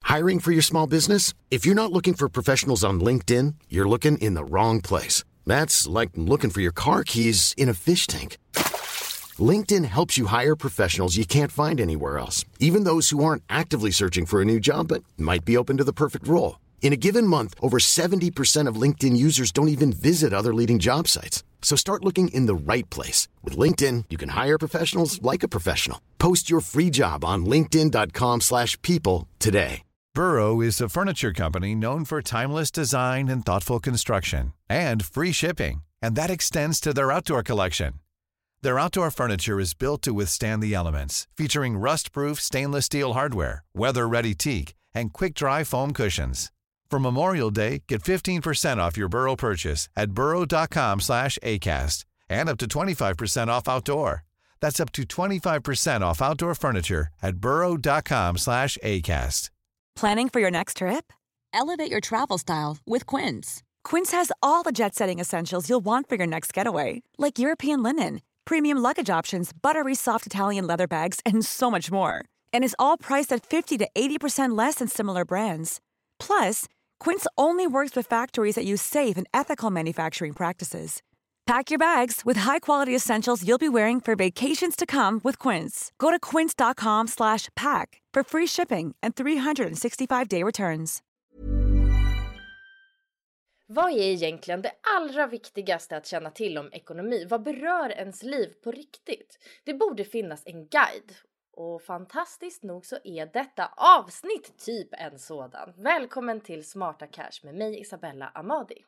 Hiring for your small business? If you're not looking for professionals on LinkedIn, you're looking in the wrong place. That's like looking for your car keys in a fish tank. LinkedIn helps you hire professionals you can't find anywhere else, even those who aren't actively searching for a new job but might be open to the perfect role. In a given month, over 70% of LinkedIn users don't even visit other leading job sites. So start looking in the right place. With LinkedIn, you can hire professionals like a professional. Post your free job on linkedin.com/people today. Burrow is a furniture company known for timeless design and thoughtful construction, and free shipping, and that extends to their outdoor collection. Their outdoor furniture is built to withstand the elements, featuring rust-proof stainless steel hardware, weather-ready teak, and quick-dry foam cushions. For Memorial Day, get 15% off your Burrow purchase at burrow.com/acast, and up to 25% off outdoor. That's up to 25% off outdoor furniture at burrow.com/acast. Planning for your next trip? Elevate your travel style with Quince. Quince has all the jet-setting essentials you'll want for your next getaway, like European linen, premium luggage options, buttery soft Italian leather bags, and so much more. And is all priced at 50 to 80% less than similar brands. Plus, Quince only works with factories that use safe and ethical manufacturing practices. Pack your bags with high-quality essentials you'll be wearing for vacations to come with Quince. Go to quince.com/pack for free shipping and 365-day returns. Vad är egentligen det allra viktigaste att känna till om ekonomi? Vad berör ens liv på riktigt? Det borde finnas en guide. Och fantastiskt nog så är detta avsnitt typ en sådan. Välkommen till Smarta Cash med mig Isabella Amadi.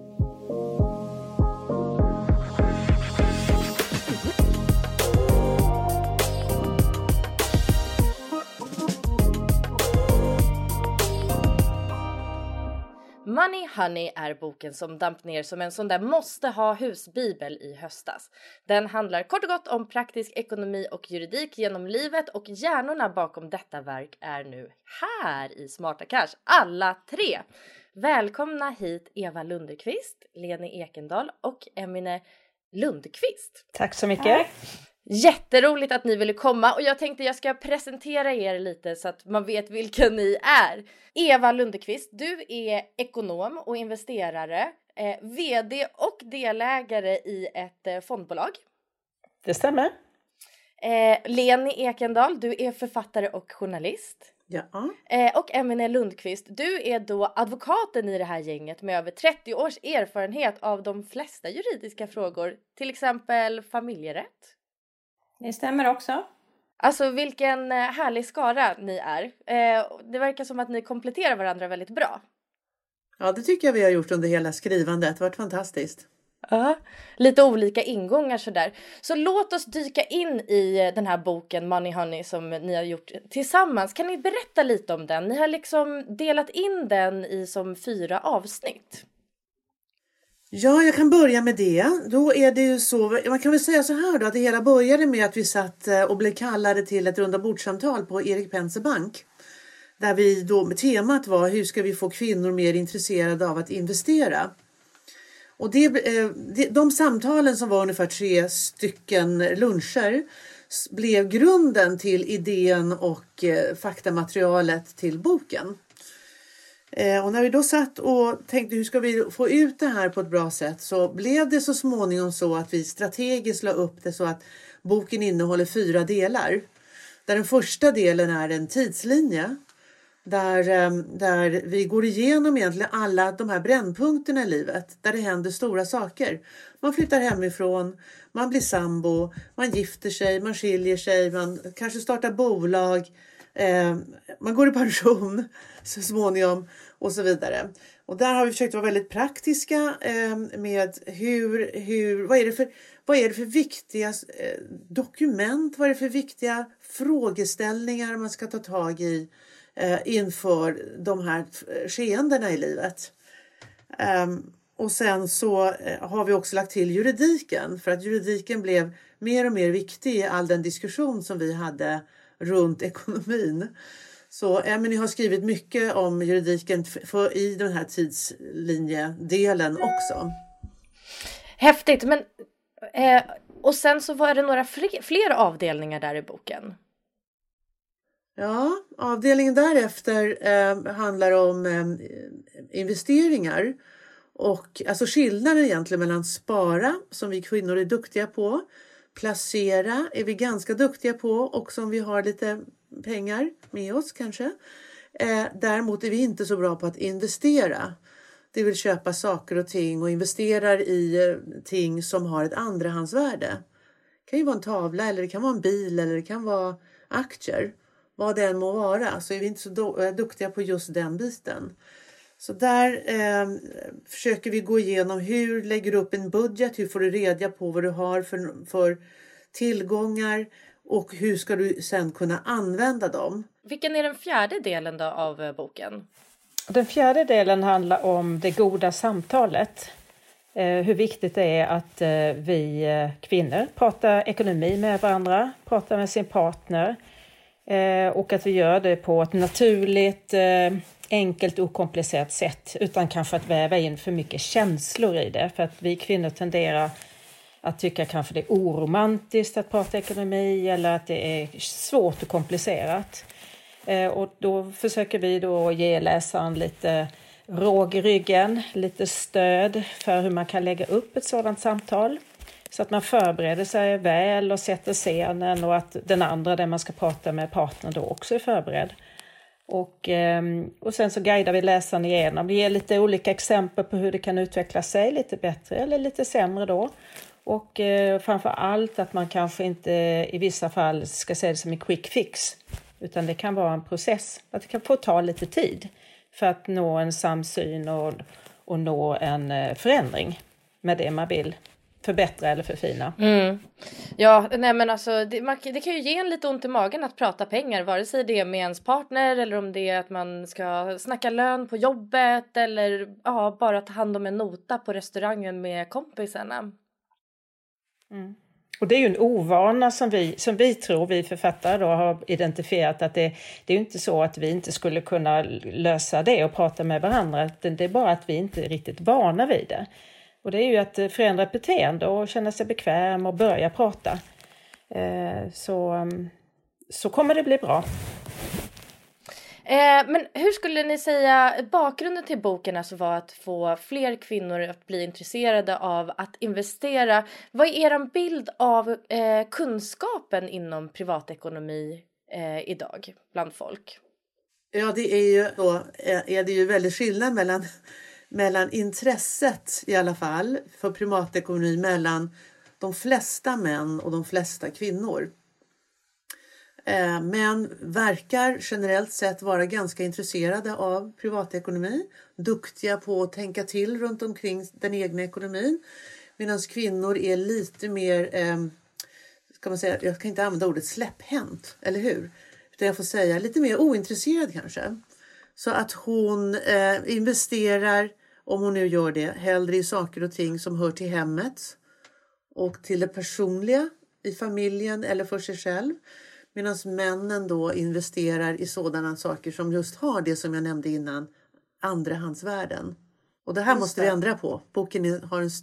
Money Honey är boken som damp ner som en sån där måste ha husbibel i höstas. Den handlar kort och gott om praktisk ekonomi och juridik genom livet, och hjärnorna bakom detta verk är nu här i Smarta Cash, alla tre. Välkomna hit Eva Lunderqvist, Leni Ekendahl och Emine Lundqvist. Tack så mycket. Jätteroligt att ni ville komma, och jag tänkte jag ska presentera er lite så att man vet vilka ni är. Eva Lunderqvist, du är ekonom och investerare, vd och delägare i ett fondbolag. Det stämmer. Leni Ekendahl, du är författare och journalist. Ja. Och Emine Lundqvist, du är då advokaten i det här gänget med över 30 års erfarenhet av de flesta juridiska frågor, till exempel familjerätt. Det stämmer också. Alltså vilken härlig skara ni är. Det verkar som att ni kompletterar varandra väldigt bra. Ja, det tycker jag vi har gjort under hela skrivandet. Det har varit fantastiskt. Lite olika ingångar sådär. Så låt oss dyka in i den här boken Money Honey som ni har gjort tillsammans. Kan ni berätta lite om den? Ni har liksom delat in den i som 4 avsnitt. Ja, jag kan börja med det. Då är det ju så, man kan väl säga så här då, att det hela började med att vi satt och blev kallade till ett rundabordssamtal på Erik Penser Bank. Där vi då, temat var hur ska vi få kvinnor mer intresserade av att investera. Och de samtalen som var ungefär 3 stycken luncher blev grunden till idén och faktamaterialet till boken. Och när vi då satt och tänkte hur ska vi få ut det här på ett bra sätt, så blev det så småningom så att vi strategiskt la upp det så att boken innehåller 4 delar. Där den första delen är en tidslinje. Där vi går igenom egentligen alla de här brännpunkterna i livet. Där det händer stora saker. Man flyttar hemifrån, man blir sambo, man gifter sig, man skiljer sig, man kanske startar bolag. Man går i pension så småningom och så vidare. Och där har vi försökt vara väldigt praktiska med vad är det för viktiga dokument, vad är det för viktiga frågeställningar man ska ta tag i inför de här skeendena i livet. Och sen så har vi också lagt till juridiken, för att juridiken blev mer och mer viktig i all den diskussion som vi hade runt ekonomin. Så Emily har skrivit mycket om juridiken i den här tidslinjedelen också. Häftigt, men och sen så var det några fler avdelningar där i boken. Ja, avdelningen därefter handlar om investeringar. Och alltså skillnaden egentligen mellan spara, som vi kvinnor är duktiga på, placera är vi ganska duktiga på och som vi har lite pengar med oss kanske. Däremot är vi inte så bra på att investera. Det vill köpa saker och ting och investerar i ting som har ett andrahandsvärde. Det kan ju vara en tavla eller det kan vara en bil eller det kan vara aktier. Vad det än må vara, så är vi inte så duktiga på just den biten. Så där försöker vi gå igenom hur lägger du upp en budget, hur får du reda på vad du har för tillgångar och hur ska du sen kunna använda dem. Vilken är den fjärde delen då av boken? Den fjärde delen handlar om det goda samtalet. Hur viktigt det är att vi kvinnor pratar ekonomi med varandra, pratar med sin partner. Och att vi gör det på ett naturligt, enkelt och okomplicerat sätt. Utan kanske att väva in för mycket känslor i det. För att vi kvinnor tenderar att tycka kanske det är oromantiskt att prata ekonomi. Eller att det är svårt och komplicerat. Och då försöker vi då ge läsaren lite råg i ryggen. Lite stöd för hur man kan lägga upp ett sådant samtal. Så att man förbereder sig väl och sätter scenen och att den andra där man ska prata med partnern då också är förberedd. Och sen så guidar vi läsaren igenom. Vi ger lite olika exempel på hur det kan utveckla sig lite bättre eller lite sämre då. Och framför allt att man kanske inte i vissa fall ska se det som en quick fix. Utan det kan vara en process. Att det kan få ta lite tid för att nå en samsyn och nå en förändring med det man vill förbättra eller förfina. Ja, nej men alltså det kan ju ge en lite ont i magen att prata pengar, vare sig det är med ens partner eller om det är att man ska snacka lön på jobbet eller bara ta hand om en nota på restaurangen med kompisarna. Och det är ju en ovana som vi tror, vi författare då har identifierat att det är ju inte så att vi inte skulle kunna lösa det och prata med varandra. Det är bara att vi inte är riktigt vana vid det. Och det är ju att förändra ett beteende och känna sig bekväm och börja prata. Så kommer det bli bra. Men hur skulle ni säga bakgrunden till boken alltså var att få fler kvinnor att bli intresserade av att investera? Vad är er bild av kunskapen inom privatekonomi idag bland folk? Ja, det är ju då är det ju väldigt skillnad mellan intresset i alla fall för privatekonomi mellan de flesta män och de flesta kvinnor. Män verkar generellt sett vara ganska intresserade av privatekonomi, duktiga på att tänka till runt omkring den egna ekonomin, medan kvinnor är lite mer, ska man säga, jag kan inte använda ordet släpphänt, eller hur? Utan jag får säga lite mer ointresserad kanske. Så att hon investerar, om hon nu gör det, hellre i saker och ting som hör till hemmet och till det personliga i familjen eller för sig själv. Medan männen då investerar i sådana saker som just har det som jag nämnde innan, andrahandsvärden. Och det här måste vi ändra på. Boken har en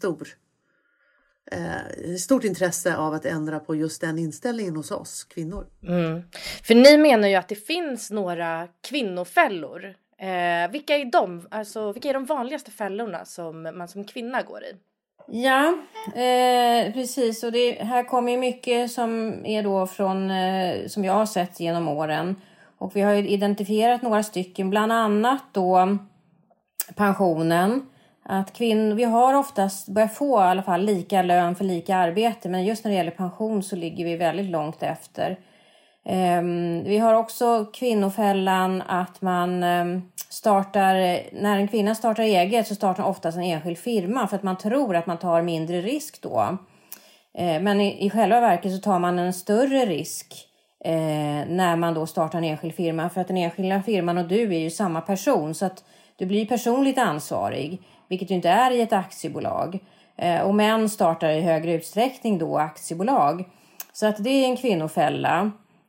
stort intresse av att ändra på just den inställningen hos oss kvinnor. För ni menar ju att det finns några kvinnofällor. Vilka är de? Alltså, vilka är de vanligaste fällorna som man som kvinna går i? Ja, precis. Och det här kommer ju mycket som är då från som jag har sett genom åren. Och vi har ju identifierat några stycken, bland annat då pensionen. Att vi har oftast börjat få i alla fall lika lön för lika arbete. Men just när det gäller pension så ligger vi väldigt långt efter. Vi har också kvinnofällan att man när en kvinna startar eget så startar oftast en enskild firma för att man tror att man tar mindre risk då. Men i själva verket så tar man en större risk när man då startar en enskild firma, för att den enskilda firman och du är ju samma person, så att du blir personligt ansvarig, vilket ju inte är i ett aktiebolag. Och män startar i högre utsträckning då aktiebolag. Så att det är en kvinnofälla.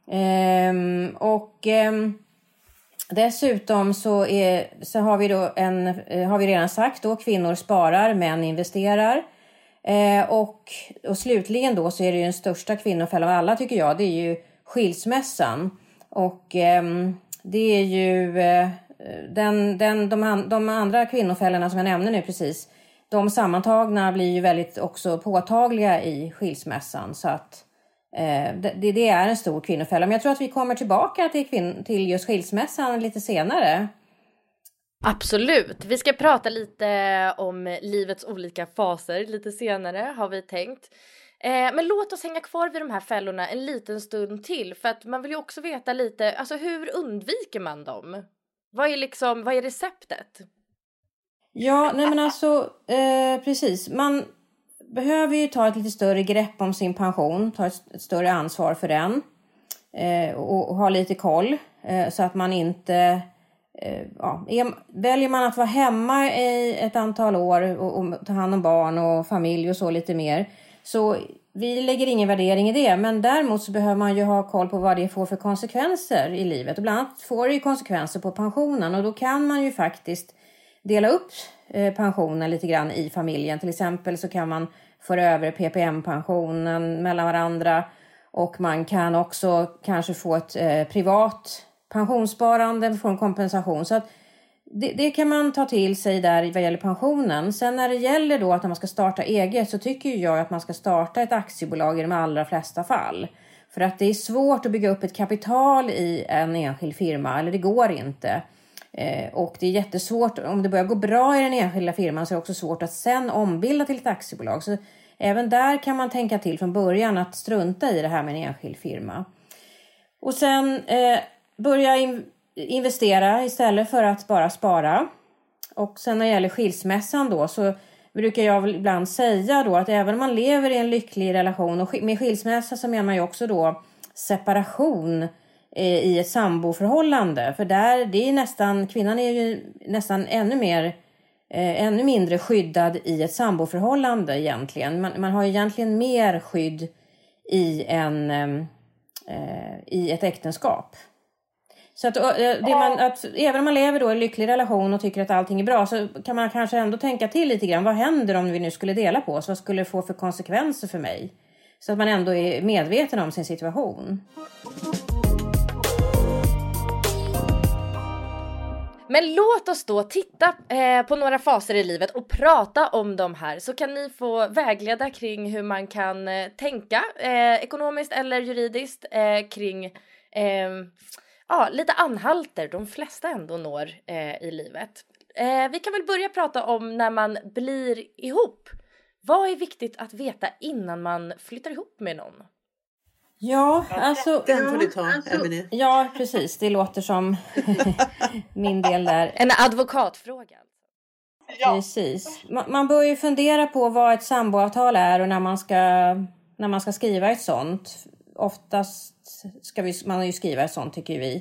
Dessutom så har vi då har vi redan sagt då, kvinnor sparar, män investerar. Och slutligen då så är det ju den största kvinnofällan av alla, tycker jag, det är ju skilsmässan. Och det är ju de andra kvinnofällorna som jag nämnde nu precis. De sammantagna blir ju väldigt också påtagliga i skilsmässan. Så att det är en stor kvinnofälla. Men jag tror att vi kommer tillbaka till just skilsmässan lite senare. Absolut. Vi ska prata lite om livets olika faser lite senare, har vi tänkt. Men låt oss hänga kvar vid de här fällorna en liten stund till. För att man vill ju också veta lite, alltså hur undviker man dem? Vad är receptet? Ja, nej men alltså, precis. Man behöver ju ta ett lite större grepp om sin pension. Ta ett större ansvar för den. Och ha lite koll. Så att man inte... väljer man att vara hemma i ett antal år och ta hand om barn och familj och så lite mer, så vi lägger ingen värdering i det, men däremot så behöver man ju ha koll på vad det får för konsekvenser i livet, och bland annat får det ju konsekvenser på pensionen, och då kan man ju faktiskt dela upp pensionen lite grann i familjen. Till exempel så kan man föra över PPM-pensionen mellan varandra, och man kan också kanske få ett privat pensionssparande för en kompensation. Så att det kan man ta till sig där vad gäller pensionen. Sen när det gäller då att man ska starta eget, så tycker jag att man ska starta ett aktiebolag i de allra flesta fall. För att det är svårt att bygga upp ett kapital i en enskild firma, eller det går inte. Och det är jättesvårt, om det börjar gå bra i den enskilda firman så är det också svårt att sen ombilda till ett aktiebolag. Så även där kan man tänka till från början att strunta i det här med en enskild firma. Och sen börja investera istället för att bara spara. Och sen när det gäller skilsmässan då, så brukar jag väl ibland säga då att även om man lever i en lycklig relation, och med skilsmässa så menar man ju också då separation i ett samboförhållande. För där, det är nästan, kvinnan är ju nästan ännu mindre skyddad i ett samboförhållande egentligen. Man har egentligen mer skydd i ett äktenskap. Så att även om man lever då i en lycklig relation och tycker att allting är bra, så kan man kanske ändå tänka till lite grann. Vad händer om vi nu skulle dela på oss? Vad skulle det få för konsekvenser för mig? Så att man ändå är medveten om sin situation. Men låt oss då titta på några faser i livet och prata om de här. Så kan ni få vägleda kring hur man kan tänka ekonomiskt eller juridiskt kring lite anhalter de flesta ändå når i livet. Vi kan väl börja prata om när man blir ihop. Vad är viktigt att veta innan man flyttar ihop med någon? Ja, alltså... Den får du ta, Emelie. Ja, precis. Det låter som min del där. En advokatfråga. Ja. Precis. Man bör ju fundera på vad ett samboavtal är och när man ska skriva ett sånt. Oftast ska man ju skriva ett sånt, tycker vi.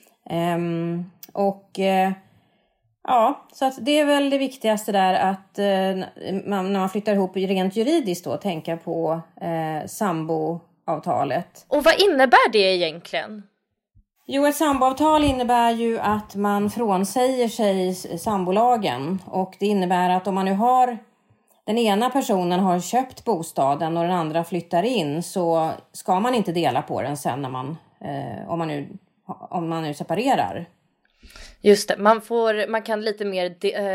Så att det är väl det viktigaste där, att när man flyttar ihop rent juridiskt då, tänka på samboavtalet. Och vad innebär det egentligen? Jo, ett samboavtal innebär ju att man frånsäger sig sambolagen, och det innebär att om man nu har den ena personen har köpt bostaden och den andra flyttar in, så ska man inte dela på den sen när om man nu separerar. Just det, man kan lite mer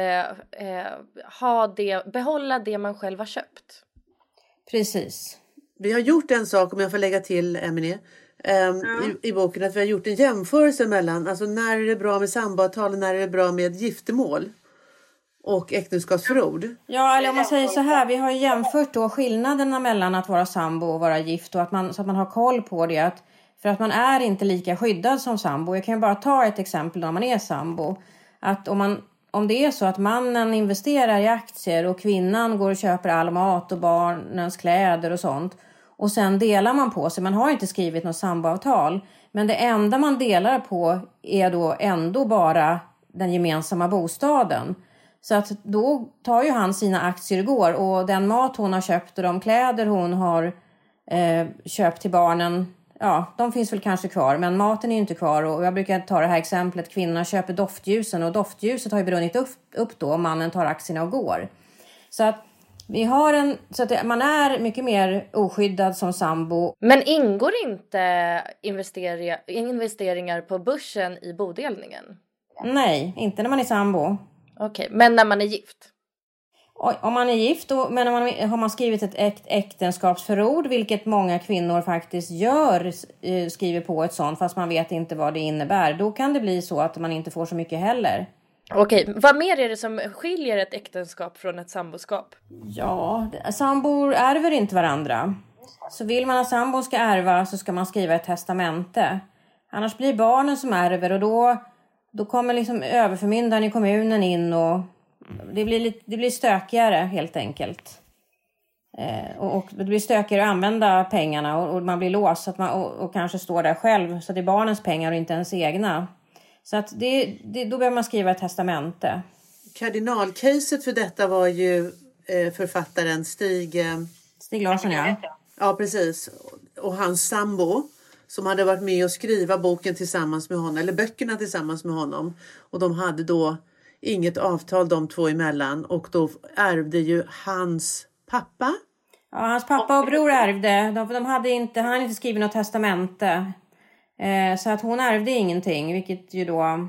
behålla det man själv har köpt. Precis. Vi har gjort en sak, om jag får lägga till, Emelie, i boken, att vi har gjort en jämförelse mellan, alltså när är det bra med samboavtal och när är det bra med giftermål och äktenskapsförord. Ja, eller om man säger så här, vi har jämfört då skillnaderna mellan att vara sambo och vara gift, och så att man har koll på det, för att man är inte lika skyddad som sambo. Jag kan ju bara ta ett exempel när man är sambo. Att om det är så att mannen investerar i aktier och kvinnan går och köper all mat och barnens kläder och sånt, och sen delar man på sig. Man har inte skrivit något samboavtal, men det enda man delar på är då ändå bara den gemensamma bostaden. Så att då tar ju han sina aktier igår, och den mat hon har köpt och de kläder hon har köpt till barnen, ja, de finns väl kanske kvar, men maten är ju inte kvar. Och jag brukar ta det här exemplet, kvinnorna köper doftljusen, och doftljuset har ju brunnit upp då, och mannen tar aktierna och går. Så att Vi har så att man är mycket mer oskyddad som sambo. Men ingår inte investeringar på börsen i bodelningen? Nej, inte när man är sambo. Okej, men när man är gift? Om man är gift, men har man skrivit ett äktenskapsförord, vilket många kvinnor faktiskt gör, skriver på ett sånt, fast man vet inte vad det innebär. Då kan det bli så att man inte får så mycket heller. Okej, vad mer är det som skiljer ett äktenskap från ett samboskap? Ja, sambor ärver inte varandra. Så vill man att sambon ska ärva så ska man skriva ett testamente. Annars blir barnen som ärver och då kommer liksom överförmyndaren i kommunen in och det blir stökigare helt enkelt. Och det blir stökigare att använda pengarna och man blir låst så att och kanske står där själv. Så det är barnens pengar och inte ens egna. Så att då behöver man skriva ett testamente. Kardinalcaset för detta var ju författaren Stig Larsson, ja. Ja, precis. Och hans sambo som hade varit med och skriva boken tillsammans med honom, eller böckerna tillsammans med honom. Och de hade då inget avtal de två emellan och då ärvde ju hans pappa. Ja, hans pappa och bror ärvde. Han hade inte skrivit något testamente. Så att hon ärvde ingenting, vilket ju då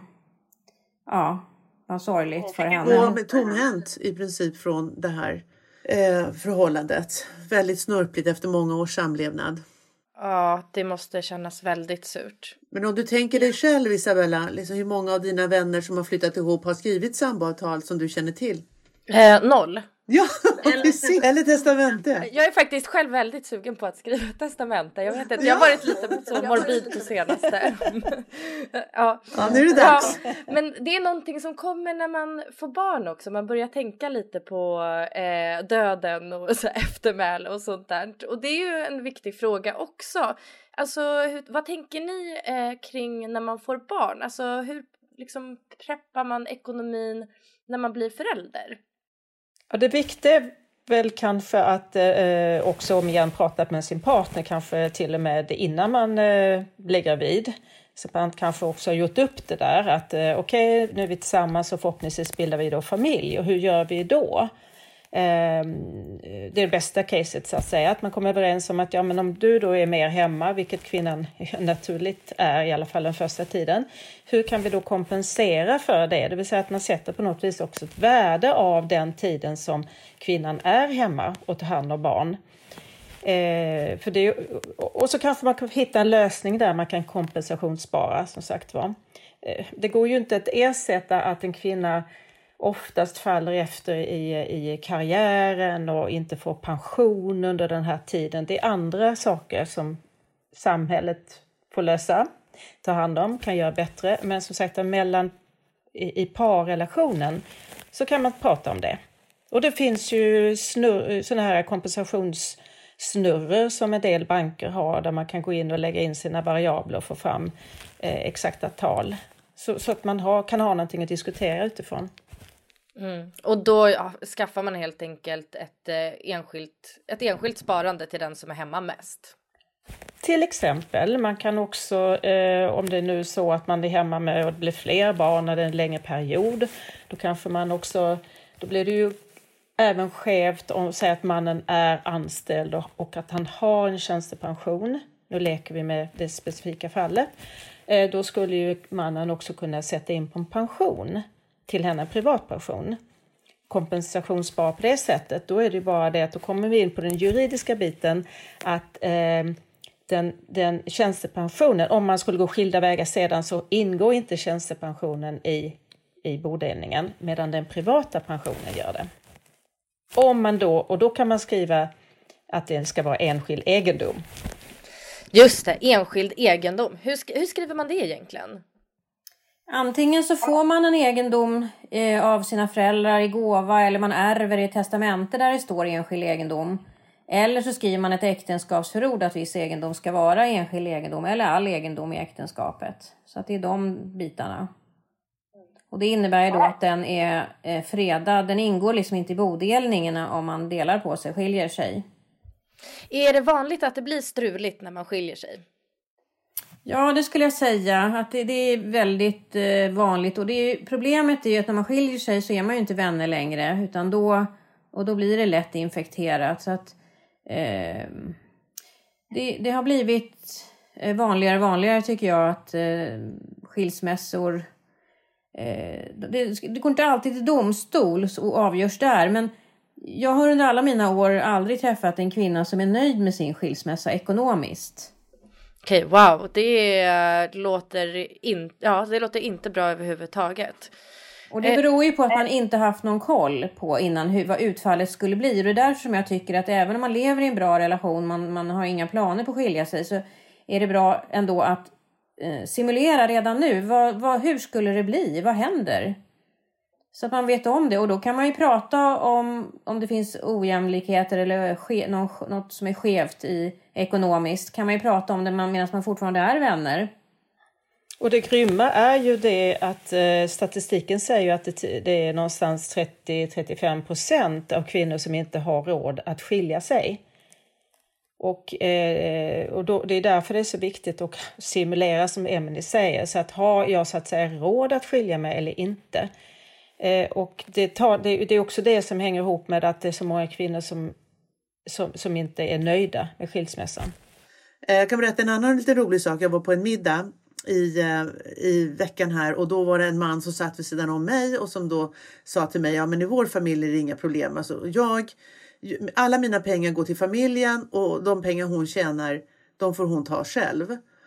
var sorgligt för henne. Och tomhänt i princip från det här förhållandet. Väldigt snurpligt efter många års samlevnad. Ja, det måste kännas väldigt surt. Men om du tänker dig själv, Isabella, liksom hur många av dina vänner som har flyttat ihop har skrivit samboavtal som du känner till? 0. Ja, eller testamente. Jag är faktiskt själv väldigt sugen på att skriva ett testamente. Jag vet inte, jag har varit lite så morbid på senaste. Ja, nu är det dags. Ja, men det är någonting som kommer när man får barn också. Man börjar tänka lite på döden och så eftermäle och sånt där. Och det är ju en viktig fråga också. Alltså, vad tänker ni kring när man får barn? Alltså, hur liksom preppar man ekonomin när man blir förälder? Ja, det viktiga är väl kanske att också om igen prata med sin partner, kanske till och med innan man blir gravid. Så man kanske också har gjort upp det där att okej, nu är vi tillsammans och förhoppningsvis bildar vi då familj. Och hur gör vi då? Det är det bästa caset så att säga, att man kommer överens om att ja, men om du då är mer hemma, vilket kvinnan naturligt är i alla fall den första tiden, hur kan vi då kompensera för det? Det vill säga att man sätter på något vis också ett värde av den tiden som kvinnan är hemma och tar hand om barn. För det, och så kanske man kan hitta en lösning där man kan kompensationsspara som sagt var. Det går ju inte att ersätta att en kvinna oftast faller efter i karriären och inte får pension under den här tiden. Det är andra saker som samhället får lösa, ta hand om, kan göra bättre. Men som sagt, i parrelationen så kan man prata om det. Och det finns ju såna här kompensationssnurror som en del banker har, där man kan gå in och lägga in sina variabler och få fram exakta tal. Så att man kan ha någonting att diskutera utifrån. Mm. Och då skaffar man helt enkelt ett enskilt sparande till den som är hemma mest. Till exempel, man kan också, om det är nu så att man är hemma med och det blir fler barn när det är en längre period, då kanske man också, då blir det ju även skevt om säga att mannen är anställd och att han har en tjänstepension. Nu leker vi med det specifika fallet. Då skulle ju mannen också kunna sätta in på en pension till henne, en privatpension. Kompensationsspara på det sättet, då är det bara det att då kommer vi in på den juridiska biten att den tjänstepensionen, om man skulle gå skilda vägar sedan, så ingår inte tjänstepensionen i bodelningen, medan den privata pensionen gör det. Om man och då kan man skriva att det ska vara enskild egendom. Just det, enskild egendom. Hur skriver man det egentligen? Antingen så får man en egendom av sina föräldrar i gåva, eller man ärver i ett testamente där det står enskild egendom. Eller så skriver man ett äktenskapsförord att viss egendom ska vara enskild egendom eller all egendom i äktenskapet. Så att det är de bitarna. Och det innebär ju då att den är fredad. Den ingår liksom inte i bodelningen om man delar på sig, skiljer sig. Är det vanligt att det blir struligt när man skiljer sig? Ja, det skulle jag säga. Att det är väldigt vanligt. Och problemet är ju att när man skiljer sig så är man ju inte vänner längre. Utan då Och då blir det lätt infekterat. Så att det har blivit vanligare och vanligare tycker jag att skilsmässor... Det går inte alltid till domstol och avgörs där. Men jag har under alla mina år aldrig träffat en kvinna som är nöjd med sin skilsmässa ekonomiskt. Okej, wow. Det låter inte bra överhuvudtaget. Och det beror ju på att man inte haft någon koll på innan vad utfallet skulle bli. Och det är därför som jag tycker att även om man lever i en bra relation, man har inga planer på att skilja sig, så är det bra ändå att simulera redan nu. Hur skulle det bli? Vad händer? Så att man vet om det. Och då kan man ju prata om det finns ojämlikheter eller något som är skevt i ekonomiskt. Kan man ju prata om det medan man fortfarande är vänner. Och det grymma är ju det att statistiken säger ju att det är någonstans 30-35% av kvinnor som inte har råd att skilja sig. Och då, det är därför det är så viktigt att simulera som Emelie säger. Så att har jag så att säga råd att skilja mig eller inte? Och det är också det som hänger ihop med att det är så många kvinnor som inte är nöjda med skilsmässan. Jag kan berätta en annan lite rolig sak. Jag var på en middag i veckan här och då var det en man som satt vid sidan om mig och som då sa till mig, ja men i vår familj är det inga problem. Alltså alla mina pengar går till familjen och de pengar hon tjänar, de får hon ta själv.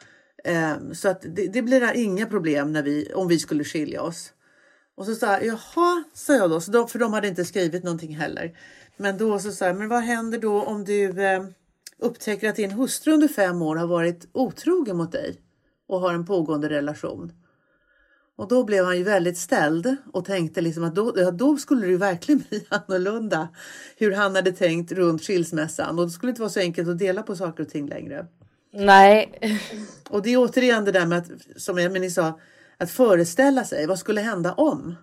Så att det blir inga problem om vi skulle skilja oss. Och så sa jag, jaha, sa jag då, för de hade inte skrivit någonting heller. Men då så sa jag, men vad händer då om du upptäcker att din hustru under 5 år har varit otrogen mot dig och har en pågående relation? Och då blev han ju väldigt ställd och tänkte liksom att då skulle det ju verkligen bli annorlunda hur han hade tänkt runt skilsmässan. Och det skulle inte vara så enkelt att dela på saker och ting längre. Nej. Och det är återigen det där med att, som Emelie sa, att föreställa sig, vad skulle hända om?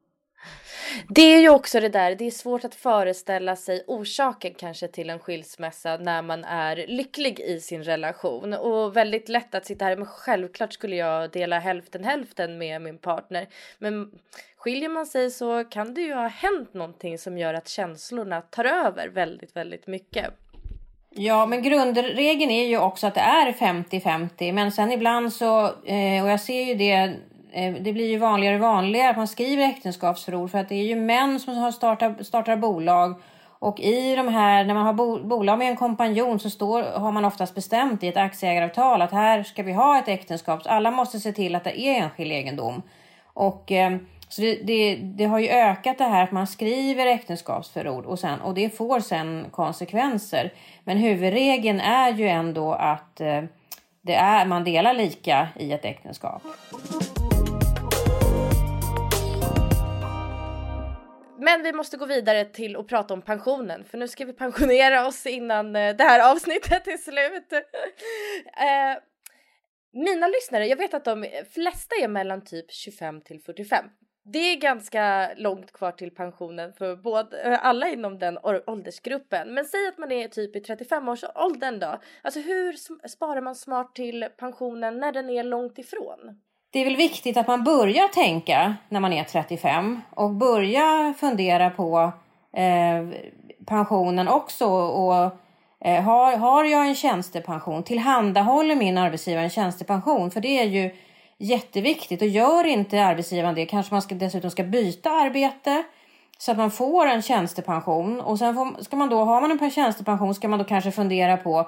Det är ju också det där, det är svårt att föreställa sig orsaken kanske till en skilsmässa när man är lycklig i sin relation. Och väldigt lätt att sitta här, men självklart skulle jag dela hälften med min partner. Men skiljer man sig så kan det ju ha hänt någonting som gör att känslorna tar över väldigt, väldigt mycket. Ja, men grundregeln är ju också att det är 50-50. Men sen ibland så, och jag ser ju det blir ju vanligare och vanligare att man skriver äktenskapsförord. För att det är ju män som startar bolag. Och i de här, när man har bolag med en kompanjon så har man oftast bestämt i ett aktieägaravtal att här ska vi ha ett äktenskap. Så alla måste se till att det är enskild egendom. Och så det har ju ökat det här att man skriver äktenskapsförord och det får sen konsekvenser. Men huvudregeln är ju ändå att man delar lika i ett äktenskap. Men vi måste gå vidare till att prata om pensionen. För nu ska vi pensionera oss innan det här avsnittet är slut. Mina lyssnare, jag vet att de flesta är mellan typ 25 till 45. Det är ganska långt kvar till pensionen för alla inom den åldersgruppen. Men säg att man är typ i 35-årsåldern då. Alltså hur sparar man smart till pensionen när den är långt ifrån? Det är väl viktigt att man börjar tänka när man är 35 och börjar fundera på pensionen också. Och har jag en tjänstepension? Tillhandahåller min arbetsgivare en tjänstepension? För det är ju jätteviktigt. Och gör inte arbetsgivaren det, kanske man dessutom ska byta arbete så att man får en tjänstepension. Och sen har man en tjänstepension ska man då kanske fundera på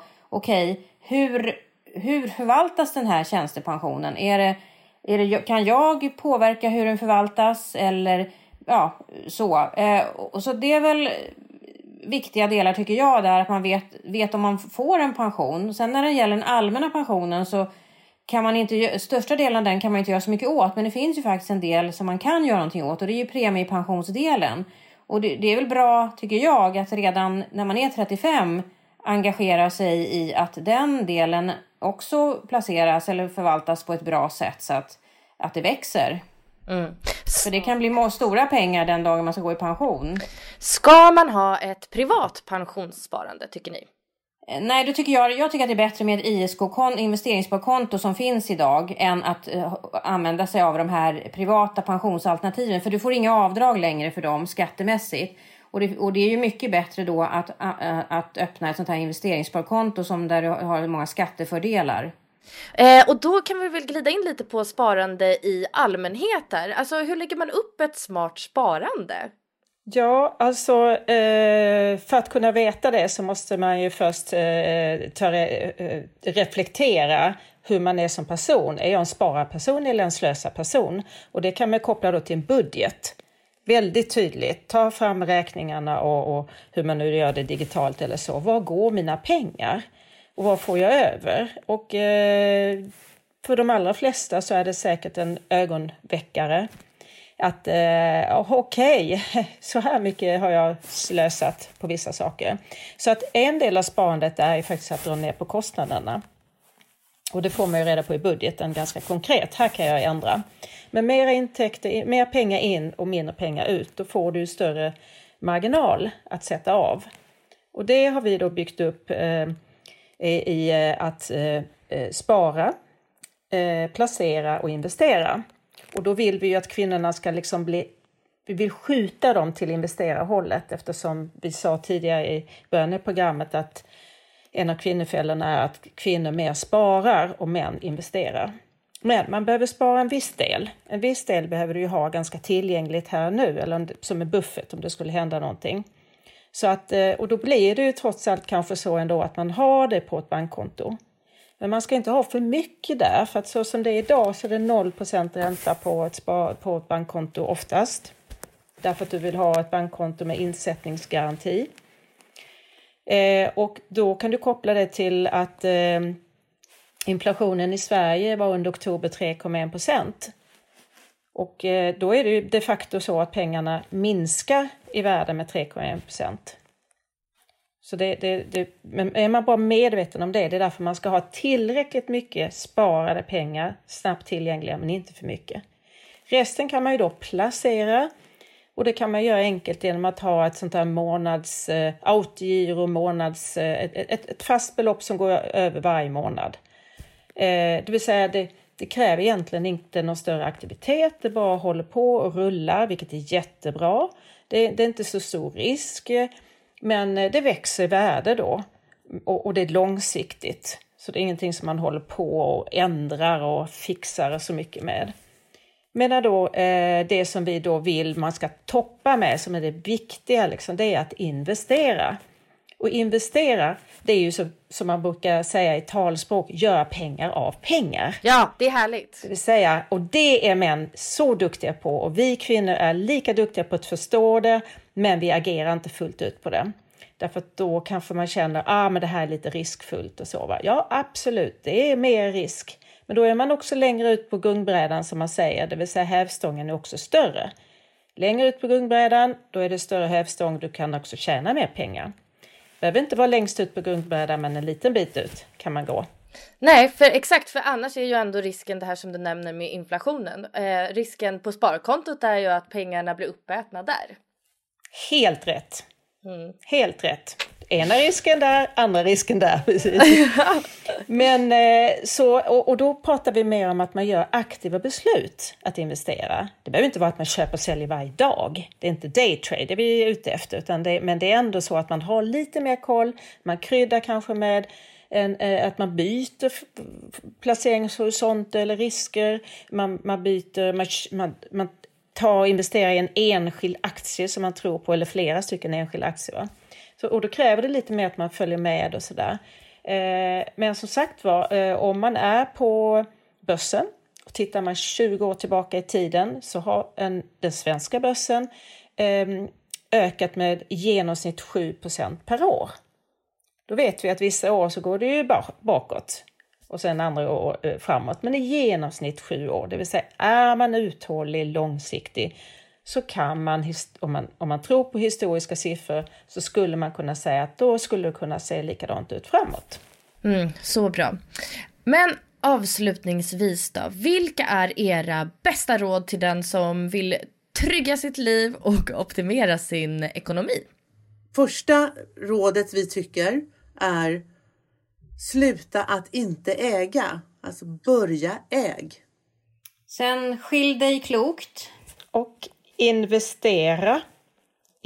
hur förvaltas den här tjänstepensionen? Kan jag påverka hur den förvaltas? Eller så. Och så det är väl viktiga delar tycker jag där att man vet om man får en pension. Sen när det gäller den allmänna pensionen så kan man inte, största delen av den kan man inte göra så mycket åt. Men det finns ju faktiskt en del som man kan göra någonting åt. Och det är ju premiepensionsdelen. Och det är väl bra tycker jag att redan när man är 35 engagera sig i att den delen också placeras eller förvaltas på ett bra sätt så att det växer. För det kan bli stora pengar den dagen man ska gå i pension. Ska man ha ett privat pensionssparande tycker ni? Nej, då tycker jag tycker att det är bättre med ISK, investeringssparkonto som finns idag än att använda sig av de här privata pensionsalternativen. För du får inga avdrag längre för dem skattemässigt. Och det är ju mycket bättre då att öppna ett sånt här investeringssparkonto som där du har många skattefördelar. Och då kan vi väl glida in lite på sparande i allmänhet här. Alltså hur lägger man upp ett smart sparande? Ja, alltså för att kunna veta det så måste man ju först reflektera hur man är som person. Är jag en spararperson eller en slösarperson? Och det kan man koppla då till en budget. Väldigt tydligt. Ta fram räkningarna och hur man nu gör det digitalt eller så. Var går mina pengar? Och vad får jag över? Och för de allra flesta så är det säkert en ögonväckare. Att okej, så här mycket har jag slösat på vissa saker. Så att en del av sparandet är ju faktiskt att dra ner på kostnaderna. Och det får man ju reda på i budgeten ganska konkret. Här kan jag ändra. Men mer intäkter, mer pengar in och mindre pengar ut. Då får du större marginal att sätta av. Och det har vi då byggt upp i att spara, placera och investera. Och då vill vi ju att kvinnorna ska liksom vi vill skjuta dem till investerarhållet, eftersom vi sa tidigare i början av programmet att en av kvinnofällorna är att kvinnor mer sparar och män investerar. Men man behöver spara en viss del. En viss del behöver du ju ha ganska tillgängligt här nu, eller som en buffert om det skulle hända någonting. Så att, och då blir det ju trots allt kanske så ändå att man har det på ett bankkonto. Men man ska inte ha för mycket där, för att så som det är idag så är det 0% ränta på ett bankkonto oftast. Därför att du vill ha ett bankkonto med insättningsgaranti. Och då kan du koppla det till att inflationen i Sverige var under oktober 3,1%. Och då är det ju de facto så att pengarna minskar i värde med 3,1%. Så men är man bara medveten om det är därför man ska ha tillräckligt mycket sparade pengar, snabbt tillgängliga men inte för mycket. Resten kan man ju då placera, och det kan man göra enkelt genom att ha ett sånt här autogiro, ett fast belopp som går över varje månad. Det vill säga det kräver egentligen inte någon större aktivitet, det bara håller på och rullar, vilket är jättebra. Det är inte så stor risk. Men det växer i värde då, och det är långsiktigt. Så det är ingenting som man håller på och ändrar och fixar så mycket med. Men då, det som vi då vill man ska toppa med, som är det viktiga, liksom, det är att investera. Och investera, det är ju så, som man brukar säga i talspråk, göra pengar av pengar. Ja, det är härligt. Det vill säga, och det är män så duktiga på, och vi kvinnor är lika duktiga på att förstå det, men vi agerar inte fullt ut på det. Därför att då kanske man känner, men det här är lite riskfullt och så. Va? Ja, absolut, det är mer risk. Men då är man också längre ut på gungbrädan som man säger, det vill säga hävstången är också större. Längre ut på gungbrädan, då är det större hävstång, du kan också tjäna mer pengar. Behöver inte vara längst ut på gungbrädan, men en liten bit ut kan man gå. Nej, för annars är ju ändå risken det här som du nämner med inflationen. Risken på sparkontot är ju att pengarna blir uppätna där. Helt rätt. Helt rätt. Ena risken där, andra risken där. Precis. Men och då pratar vi mer om att man gör aktiva beslut att investera. Det behöver inte vara att man köper och säljer varje dag. Det är inte daytrade det vi är ute efter. Men det är ändå så att man har lite mer koll. Man kryddar kanske med att man byter placeringshorisont eller risker. Man tar och investerar i en enskild aktie som man tror på, eller flera stycken enskilda aktier. Va? Och då kräver det lite mer att man följer med och sådär. Men som sagt var, om man är på börsen och tittar man 20 år tillbaka i tiden, så har den svenska börsen ökat med i genomsnitt 7% per år. Då vet vi att vissa år så går det ju bakåt och sen andra år framåt. Men i genomsnitt 7 år, det vill säga är man uthållig, långsiktig, så kan man, om man tror på historiska siffror, så skulle man kunna säga att då skulle det kunna se likadant ut framåt. Så bra. Men avslutningsvis då, vilka är era bästa råd till den som vill trygga sitt liv och optimera sin ekonomi? Första rådet vi tycker är sluta att inte äga. Alltså börja äg. Sen skilj dig klokt. Och investera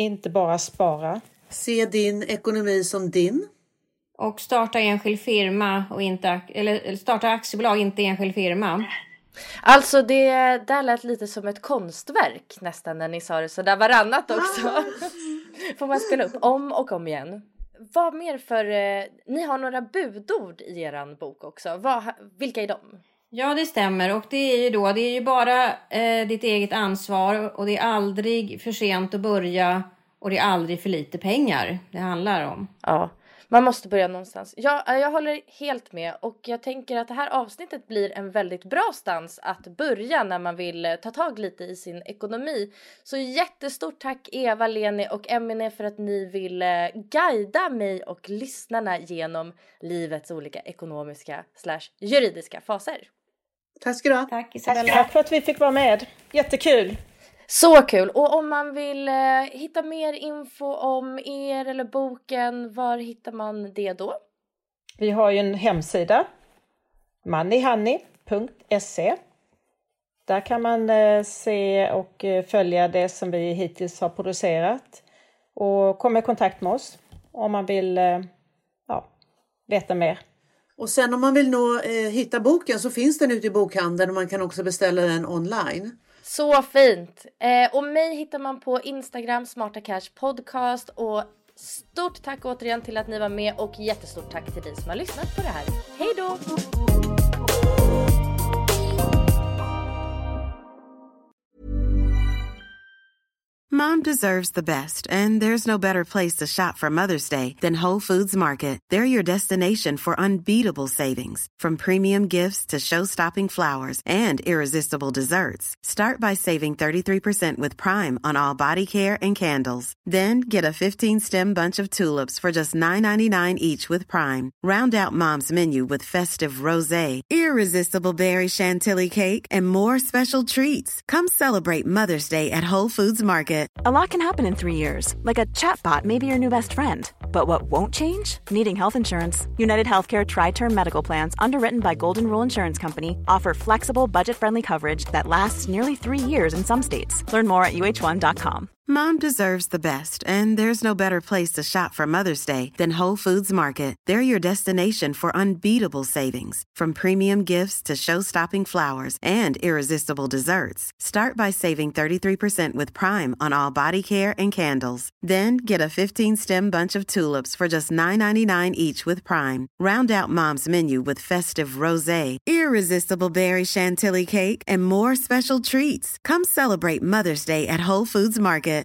Inte bara spara. Se din ekonomi som din. Och starta enskild firma och inte, eller starta aktiebolag, inte enskild firma. Alltså det där lät lite som ett konstverk nästan när ni sa det så där varannat också. Får man spela upp om och om igen. Vad mer för, ni har några budord i eran bok också. Vilka är de? Ja, det stämmer, och det är ju bara ditt eget ansvar, och det är aldrig för sent att börja, och det är aldrig för lite pengar det handlar om. Ja, man måste börja någonstans. Jag håller helt med, och jag tänker att det här avsnittet blir en väldigt bra stans att börja när man vill ta tag lite i sin ekonomi. Så jättestort tack Eva, Leni och Emine för att ni vill guida mig och lyssnarna genom livets olika ekonomiska / juridiska faser. Tack ska du ha. Tack Isabella. Tack för att vi fick vara med. Jättekul. Så kul! Och om man vill hitta mer info om er eller boken, var hittar man det då? Vi har ju en hemsida, moneyhoney.se. Där kan man se och följa det som vi hittills har producerat. Och komma i kontakt med oss om man vill veta mer. Och sen om man vill hitta boken så finns den ute i bokhandeln, och man kan också beställa den online. Så fint! Och mig hittar man på Instagram, Smarta Cash Podcast. Och stort tack återigen till att ni var med, och jättestort tack till dig som har lyssnat på det här. Hej då! Mom deserves the best, and there's no better place to shop for Mother's Day than Whole Foods Market. They're your destination for unbeatable savings, from premium gifts to show-stopping flowers and irresistible desserts. Start by saving 33% with Prime on all body care and candles. Then get a 15-stem bunch of tulips for just $9.99 each with Prime. Round out Mom's menu with festive rosé, irresistible berry chantilly cake, and more special treats. Come celebrate Mother's Day at Whole Foods Market. A lot can happen in 3 years, like a chatbot may be your new best friend. But what won't change? Needing health insurance. United Healthcare Tri-Term Medical Plans, underwritten by Golden Rule Insurance Company, offer flexible, budget-friendly coverage that lasts nearly 3 years in some states. Learn more at uh1.com. Mom deserves the best, and there's no better place to shop for Mother's Day than Whole Foods Market. They're your destination for unbeatable savings, from premium gifts to show-stopping flowers and irresistible desserts. Start by saving 33% with Prime on all body care and candles. Then get a 15-stem bunch of tulips for just $9.99 each with Prime. Round out Mom's menu with festive rosé, irresistible berry chantilly cake, and more special treats. Come celebrate Mother's Day at Whole Foods Market.